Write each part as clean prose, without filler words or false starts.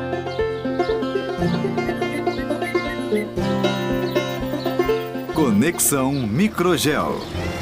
Conexão Microgel.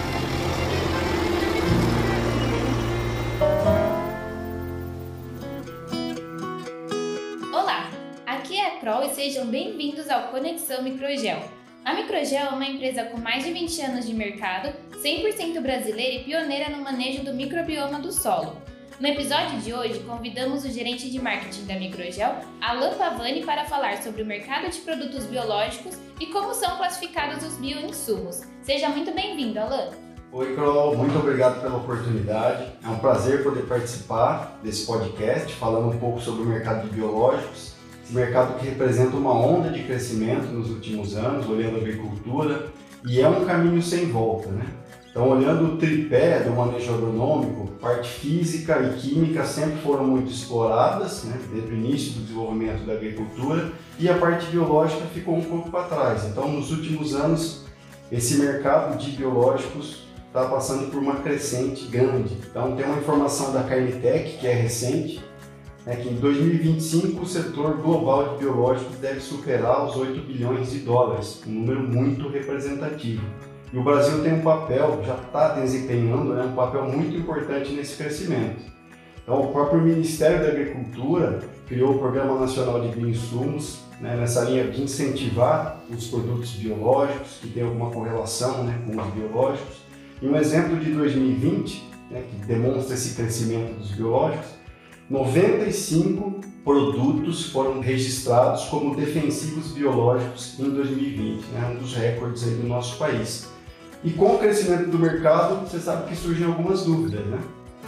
Olá, aqui é a Kroll e sejam bem-vindos ao Conexão Microgel. A Microgel é uma empresa com mais de 20 anos de mercado, 100% brasileira e pioneira no manejo do microbioma do solo. No episódio de hoje, convidamos o gerente de marketing da Microgel, Alan Pavani, para falar sobre o mercado de produtos biológicos e como são classificados os bioinsumos. Seja muito bem-vindo, Alan. Oi, Kroll, muito obrigado pela oportunidade. É um prazer poder participar desse podcast, falando um pouco sobre o mercado de biológicos, esse mercado que representa uma onda de crescimento nos últimos anos, olhando a agricultura, e é um caminho sem volta, né? Então, olhando o tripé do manejo agronômico, parte física e química sempre foram muito exploradas, né, desde o início do desenvolvimento da agricultura, e a parte biológica ficou um pouco para trás. Então, nos últimos anos, esse mercado de biológicos está passando por uma crescente grande. Então, tem uma informação da Carnitec, que é recente, que em 2025 o setor global de biológicos deve superar os 8 bilhões de dólares, um número muito representativo. E o Brasil tem um papel, já está desempenhando, um papel muito importante nesse crescimento. Então, o próprio Ministério da Agricultura criou o Programa Nacional de Bioinsumos, nessa linha de incentivar os produtos biológicos, que tem alguma correlação com os biológicos. E um exemplo de 2020, que demonstra esse crescimento dos biológicos, 95 produtos foram registrados como defensivos biológicos em 2020, um dos recordes aí do nosso país. E com o crescimento do mercado, você sabe que surgem algumas dúvidas, né?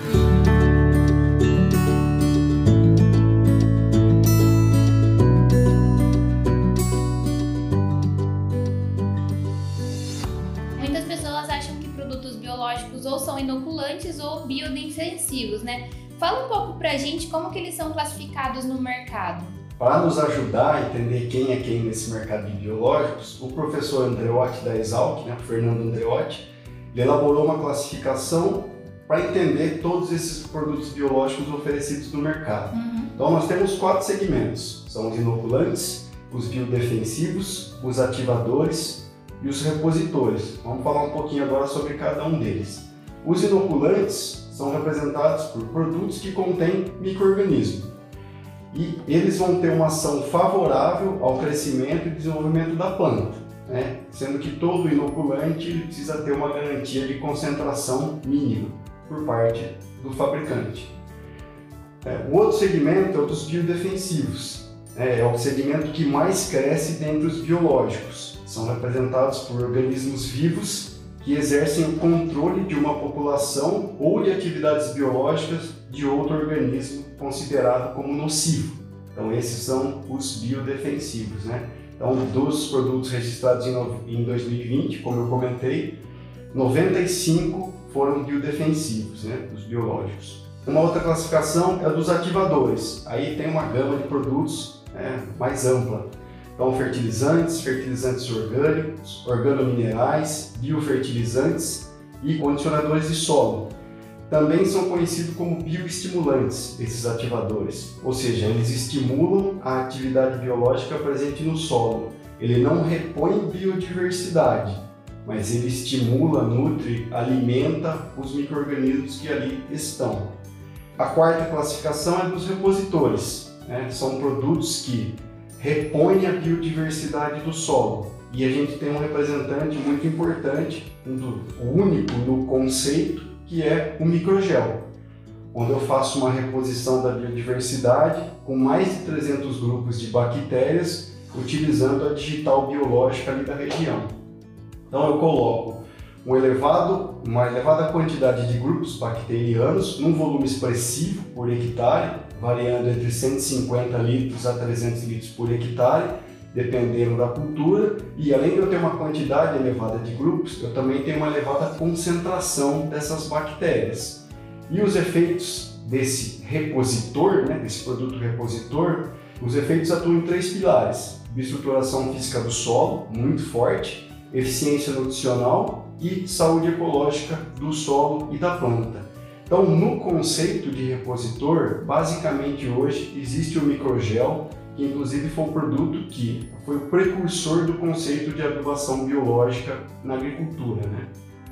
Muitas pessoas acham que produtos biológicos ou são inoculantes ou biodefensivos, né? Fala um pouco pra gente como que eles são classificados no mercado. Para nos ajudar a entender quem é quem nesse mercado de biológicos, o professor Andreotti da Exalc, Fernando Andreotti, ele elaborou uma classificação para entender todos esses produtos biológicos oferecidos no mercado. Então nós temos 4 segmentos, são os inoculantes, os biodefensivos, os ativadores e os repositores. Vamos falar um pouquinho agora sobre cada um deles. Os inoculantes são representados por produtos que contêm micro-organismos. E eles vão ter uma ação favorável ao crescimento e desenvolvimento da planta, sendo que todo inoculante ele precisa ter uma garantia de concentração mínima por parte do fabricante. O outro segmento é o dos biodefensivos, é o segmento que mais cresce dentre os biológicos. São representados por organismos vivos que exercem o controle de uma população ou de atividades biológicas de outro organismo considerado como nocivo. Então esses são os biodefensivos, Então dos produtos registrados em 2020, como eu comentei, 95 foram biodefensivos, os biológicos. Uma outra classificação é a dos ativadores. Aí tem uma gama de produtos mais ampla. Então fertilizantes, fertilizantes orgânicos, organominerais, biofertilizantes e condicionadores de solo. Também são conhecidos como bioestimulantes, esses ativadores, ou seja, eles estimulam a atividade biológica presente no solo. Ele não repõe biodiversidade, mas ele estimula, nutre, alimenta os micro-organismos que ali estão. A quarta classificação é dos repositores, são produtos que repõem a biodiversidade do solo. E a gente tem um representante muito importante, o único no conceito, que é o microgel, onde eu faço uma reposição da biodiversidade com mais de 300 grupos de bactérias, utilizando a digital biológica ali da região. Então eu coloco uma elevada quantidade de grupos bacterianos num volume expressivo por hectare, variando entre 150 litros a 300 litros por hectare, dependendo da cultura, e além de eu ter uma quantidade elevada de grupos, eu também tenho uma elevada concentração dessas bactérias. E os efeitos desse repositor, desse produto repositor, os efeitos atuam em 3 pilares: bioestruturação física do solo, muito forte, eficiência nutricional e saúde ecológica do solo e da planta. Então, no conceito de repositor, basicamente hoje existe o microgel, que inclusive foi um produto que foi o precursor do conceito de adubação biológica na agricultura, né?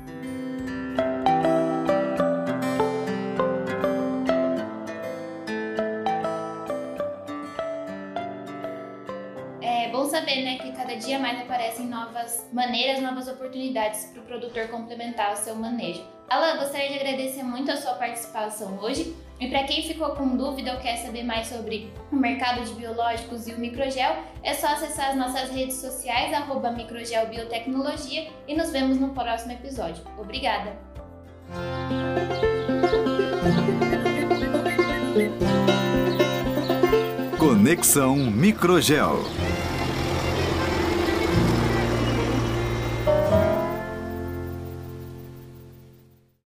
É bom saber, né, que cada dia mais aparecem novas maneiras, novas oportunidades para o produtor complementar o seu manejo. Alan, gostaria de agradecer muito a sua participação hoje. E para quem ficou com dúvida ou quer saber mais sobre o mercado de biológicos e o microgel, é só acessar as nossas redes sociais, @microgelbiotecnologia, e nos vemos no próximo episódio. Obrigada! Conexão Microgel.